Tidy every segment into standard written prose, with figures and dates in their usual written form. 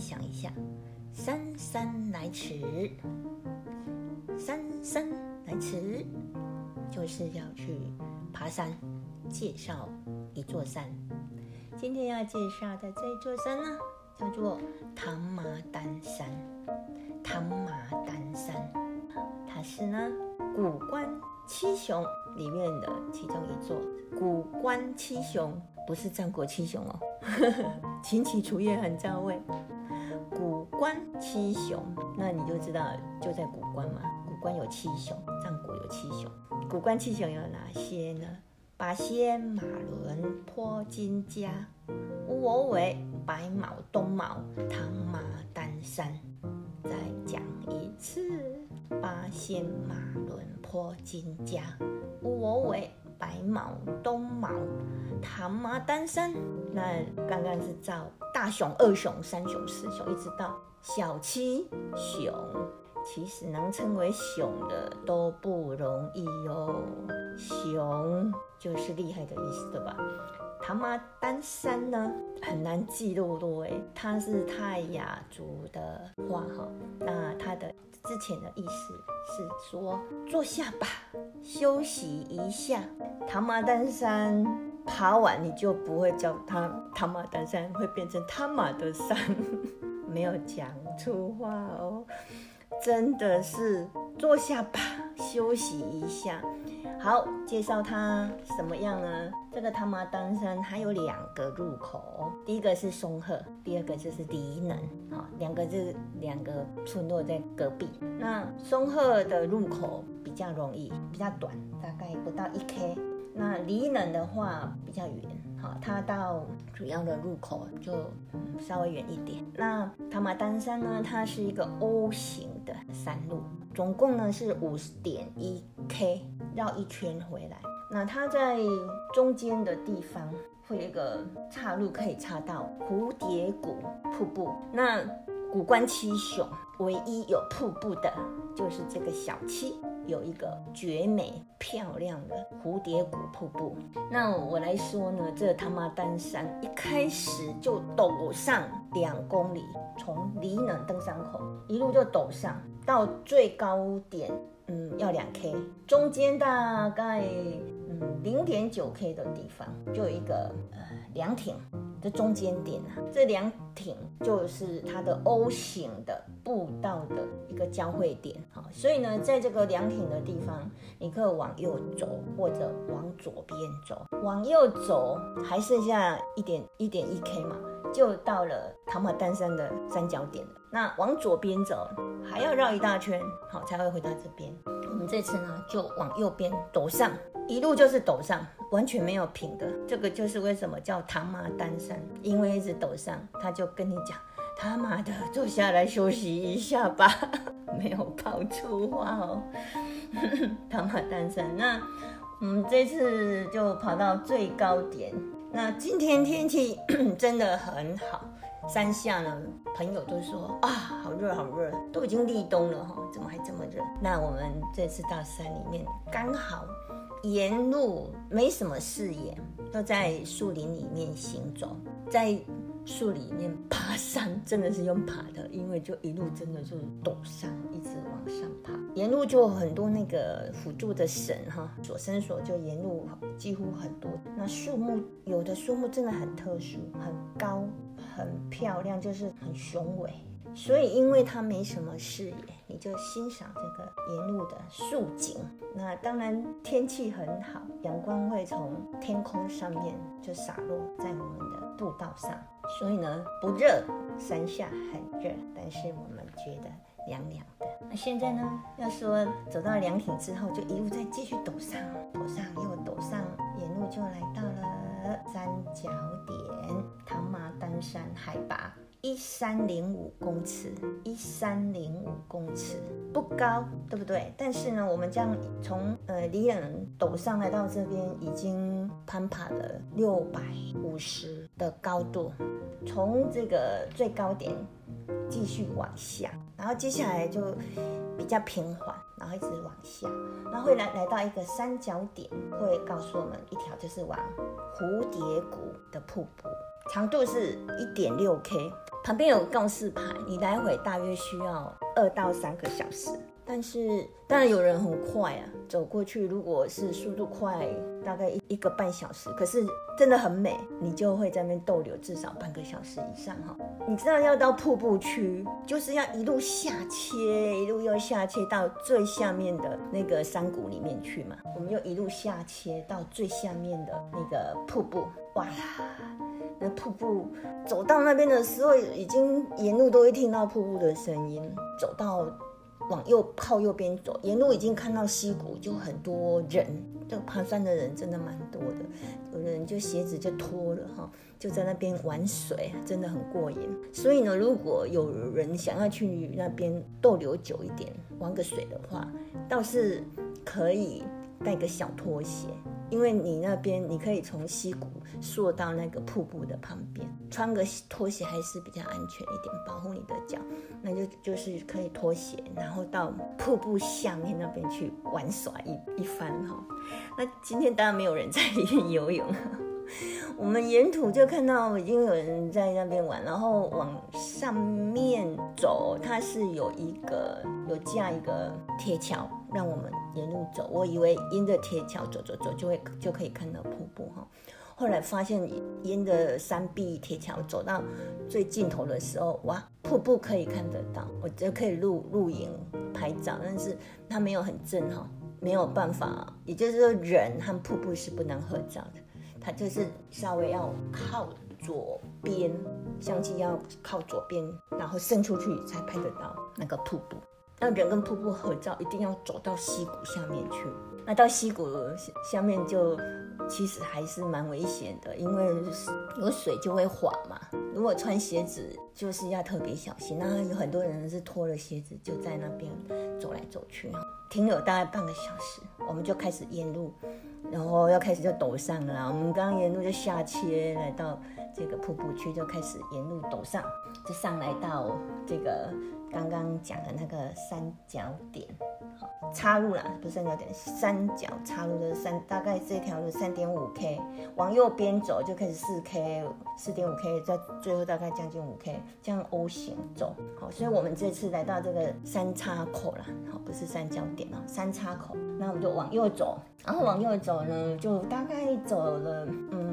享一下。姗姗来迟，姗姗来迟，就是要去爬山，介绍一座山。今天要介绍的这座山呢，叫做唐麻丹山。唐麻丹山，它是呢古关七雄里面的其中一座。古关七雄不是战国七雄哦，秦齐楚越韩赵魏。古关七雄，那你就知道就在古关嘛。古关有七雄，战国有七雄。古关七雄有哪些呢？八仙、马伦、坡金家、乌我尾、白毛、东毛、唐麻丹山。再讲一次：八仙、马伦、坡金家、乌我尾、白毛、东毛、唐麻丹山。那刚刚是照大雄、二雄、三雄、四雄，一直到小七雄。其实能称为雄的都不容易哦，雄就是厉害的意思，对吧？唐麻丹山呢很难记录的耶，它是泰雅族的话哈，那它的之前的意思是说坐下吧，休息一下。唐麻丹山爬完你就不会叫它唐麻丹山，会变成他妈的山，没有讲粗话哦，真的是坐下吧，休息一下。好，介绍它什么样呢？这个唐麻丹山它有2个入口，第一个是松鹤，第二个就是黎能。好，两个村落在隔壁。那松鹤的入口比较容易，比较短，大概不到1K。那黎能的话比较远，好，它到主要的入口就稍微远一点。那唐麻丹山呢，它是一个 O 型的山路，总共呢是50.1K， 绕一圈回来。那它在中间的地方会有一个岔路，可以岔到蝴蝶谷瀑布。那古关七雄唯一有瀑布的就是这个小七，有一个绝美漂亮的蝴蝶谷瀑布。那我来说呢，这唐麻丹山一开始就陡上2公里，从黎能登山口一路就陡上到最高点，要2K， 中间大概0.9K 的地方就有一个凉亭的中间点啊，这凉亭就是它的 O 型的步道的一个交汇点。好，所以呢，在这个凉亭的地方，你可以往右走或者往左边走。往右走还剩下1.1K 嘛，就到了唐麻丹山的山脚点了。那往左边走还要绕一大圈，好才会回到这边。我们这次呢就往右边陡上，一路就是陡上，完全没有平的。这个就是为什么叫唐麻丹山，因为一直陡上，他就跟你讲他妈的坐下来休息一下吧，没有爆粗话哦。唐麻丹山，那我们这次就跑到最高点。那今天天气真的很好，山下呢朋友都说啊好热好热，都已经立冬了怎么还这么热？那我们这次到山里面刚好沿路没什么视野，都在树林里面行走，在树里面爬山，真的是用爬的，因为就一路真的就是陡上，一直往上爬，沿路就很多那个辅助的绳索绳索就沿路几乎很多。那树木有的树木真的很特殊，很高很漂亮，就是很雄伟。所以因为它没什么视野，你就欣赏这个沿路的树景。那当然天气很好，阳光会从天空上面就洒落在我们的步道上，所以呢不热，山下很热，但是我们觉得凉凉的。那现在呢要说走到凉亭之后，就一路再继续陡上，陡上又陡上，沿路就来到了山脚点唐麻丹山，海拔1305公尺，1305公尺不高，对不对？但是呢，我们这样从黎能陡上来到这边，已经攀爬了650的高度，从这个最高点继续往下，然后接下来就比较平缓，然后一直往下，然后会来到一个山脚点，会告诉我们一条就是往蝴蝶谷的瀑布。 长度是 1.6K， 旁边有告示牌，你来回大约需要2到3个小时。但是当然有人很快啊，走过去如果是速度快，大概1个半小时，可是真的很美，你就会在那边逗留至少半个小时以上哈。你知道要到瀑布区，就是要一路下切，一路又下切到最下面的那个山谷里面去嘛。我们又一路下切到最下面的那个瀑布，哇！那瀑布走到那边的时候，已经沿路都会听到瀑布的声音。走到往靠右边走，沿路已经看到溪谷，就很多人，这个爬山的人真的蛮多的。有的人就鞋子就脱了哈，就在那边玩水，真的很过瘾。所以呢，如果有人想要去那边逗留久一点，玩个水的话，倒是可以带个小拖鞋。因为你那边你可以从溪谷溯到那个瀑布的旁边，穿个拖鞋还是比较安全一点，保护你的脚。那就是可以脱鞋，然后到瀑布下面那边去玩耍一番哈。那今天当然没有人在里面游泳，我们沿途就看到已经有人在那边玩，然后往上面走，它是有架一个铁桥让我们沿路走。我以为沿着铁桥走就可以看到瀑布哈。后来发现沿着山壁铁桥走到最尽头的时候，哇，瀑布可以看得到，我就可以录影拍照，但是它没有很正哈，没有办法，也就是说人和瀑布是不能合照的，它就是稍微要靠左边，相机要靠左边，然后伸出去才拍得到那个瀑布。那人跟瀑布合照，一定要走到溪谷下面去。那到溪谷下面就其实还是蛮危险的，因为有水就会滑嘛。如果穿鞋子，就是要特别小心。那有很多人是脱了鞋子就在那边走来走去，停留大概半个小时，我们就开始沿路，然后要开始就陡上了啦。我们刚刚沿路就下切来到这个瀑布区，就开始沿路陡上，就上来到这个刚刚讲的那个三角点，岔路啦，不是三角点，三角岔路的大概这条路 3.5K， 往右边走就开始 4K、4.5K， 在最后大概将近 5K， 这样 O 型走。好，所以我们这次来到这个三叉口啦，好，不是三角点啊，三叉口。那我们就往右走，然后往右走呢，就大概走了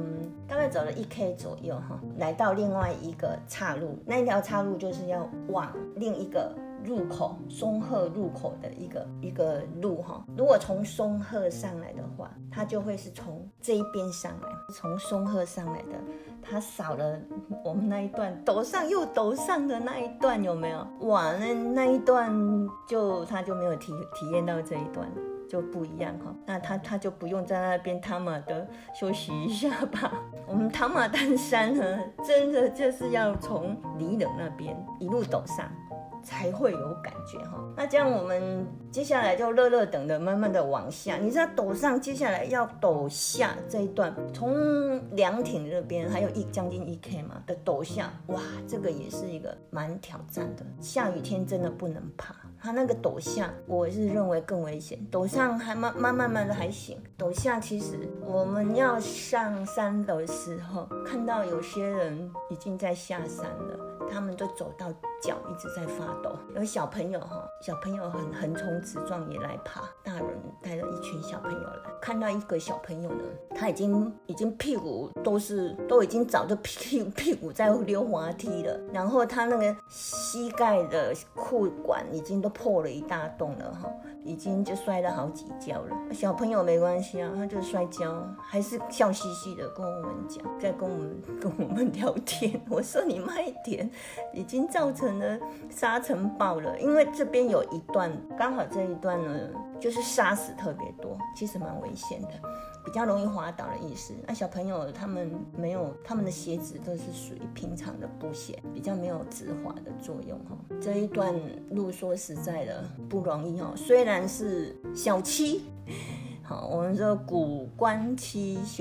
1K 左右哈，来到另外一个岔路，那一条岔路就是要往另一个入口，松鹤入口的一个路哈。如果从松鹤上来的话，它就会是从这一边上来，从松鹤上来的，它少了我们那一段陡上又陡上的那一段，有没有？哇，那一段他就没有体验到这一段。就不一样哈，那他就不用在那边他妈的休息一下吧。我们塔马丹山呢，真的就是要从里冷那边一路陡上，才会有感觉哈。那这样我们接下来就热等的慢慢的往下，你知道陡上接下来要陡下这一段，从凉亭这边还有将近1K 嘛的陡下，哇，这个也是一个蛮挑战的。下雨天真的不能爬。它那个陡下，我是认为更危险。陡上还慢的还行，陡下其实我们要上山的时候，看到有些人已经在下山了，他们都走到脚一直在发抖。有小朋友很横冲直撞也来爬，大人带了一群小朋友来，看到一个小朋友呢，他已经屁股都已经早就屁股在溜滑梯了，然后他那个膝盖的裤管已经都破了一大洞了哈，已经就摔了好几跤了。小朋友没关系啊，他就摔跤，还是笑嘻嘻的跟我们讲，在跟我们聊天。我说你慢一点，已经造成了沙尘暴了。因为这边有一段，刚好这一段呢，就是沙石特别多，其实蛮危险的，比较容易滑倒的意思。那小朋友他们没有，他们的鞋子都是属于平常的布鞋，比较没有止滑的作用哈。这一段路说实在的不容易哈，虽然是小七，好，我们说古关七雄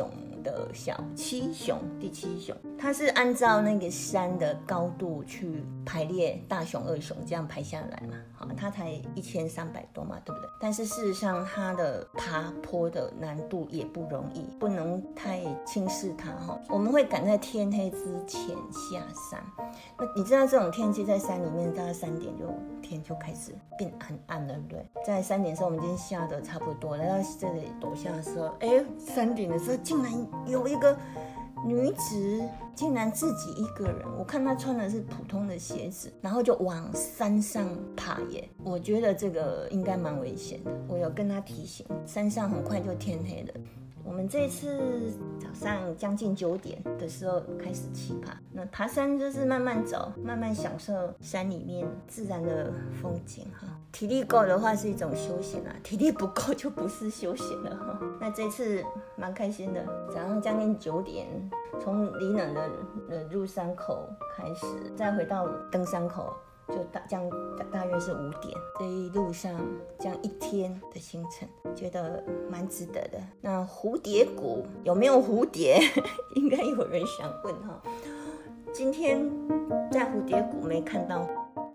的小七雄，第7雄，它是按照那个山的高度去排列大雄、二雄这样排下来嘛，好，它才1300多嘛，对不对？但是事实上它的爬坡的难度也不容易，不能太轻视它哈。我们会赶在天黑之前下山，那你知道这种天气在山里面，大概3点天就开始变很暗了，对不对？在3点的时候，我们已经下的差不多，来到这里躲下的时候，3点的时候竟然有一个女子竟然自己一个人，我看她穿的是普通的鞋子，然后就往山上爬耶。我觉得这个应该蛮危险的，我有跟她提醒，山上很快就天黑了。我们这次早上将近9点的时候开始起爬，那爬山就是慢慢走，慢慢享受山里面自然的风景哈。体力够的话是一种休闲啊，体力不够就不是休闲了哈。那这次蛮开心的，早上将近9点，从里冷的入山口开始，再回到登山口。就大约是5点，这一路上这样1天的行程，觉得蛮值得的。那蝴蝶谷有没有蝴蝶？应该有人想问哈。今天在蝴蝶谷没看到。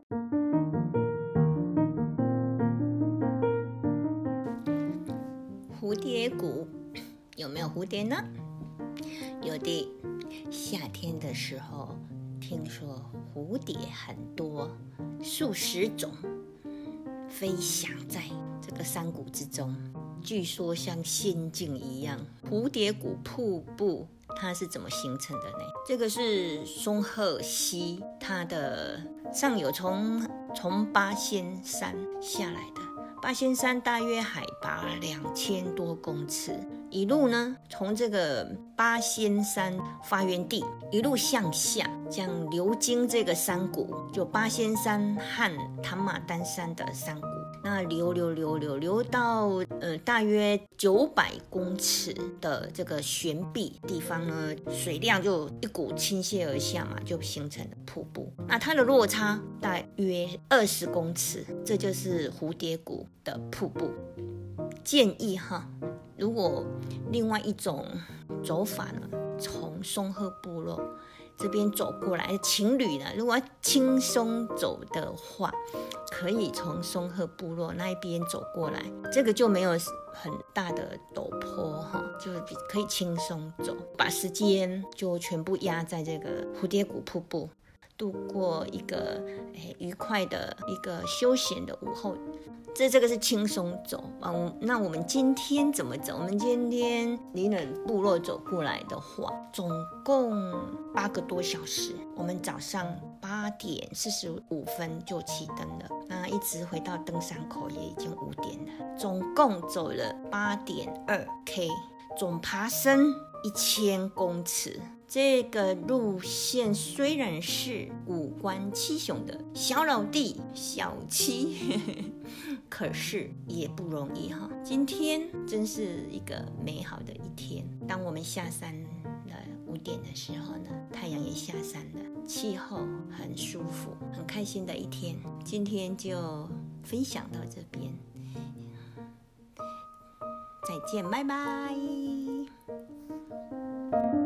蝴蝶谷有没有蝴蝶呢？有的，夏天的时候。听说蝴蝶很多，数十种，飞翔在这个山谷之中，据说像仙境一样。蝴蝶谷瀑布它是怎么形成的呢？这个是松鹤溪，它的上有从八仙山下来的。八仙山大约海拔2000多公尺，一路呢从这个八仙山发源地一路向下，这样流经这个山谷，就八仙山和唐马丹山的山谷，那流到大约900公尺的这个悬壁地方呢，水量就一股倾泻而下嘛，就形成了瀑布。那它的落差大约20公尺，这就是蝴蝶谷的瀑布。建议哈，如果另外一种走法呢，从松鹤部落这边走过来，情侣呢，如果要轻松走的话，可以从松鹤部落那一边走过来，这个就没有很大的陡坡哈，就可以轻松走，把时间就全部压在这个蝴蝶谷瀑布，度过一个愉快的一个休闲的午后。这个是轻松走那我们今天怎么走？我们今天离了部落走过来的话，总共8个多小时。我们早上8点45分就起登了，那一直回到登山口也已经5点了，总共走了8.2K， 总爬升1000公尺。这个路线虽然是5关7雄的小老弟小七，可是也不容易哈。今天真是一个美好的一天。当我们下山了5点的时候呢，太阳也下山了，气候很舒服，很开心的一天。今天就分享到这边，再见，拜拜。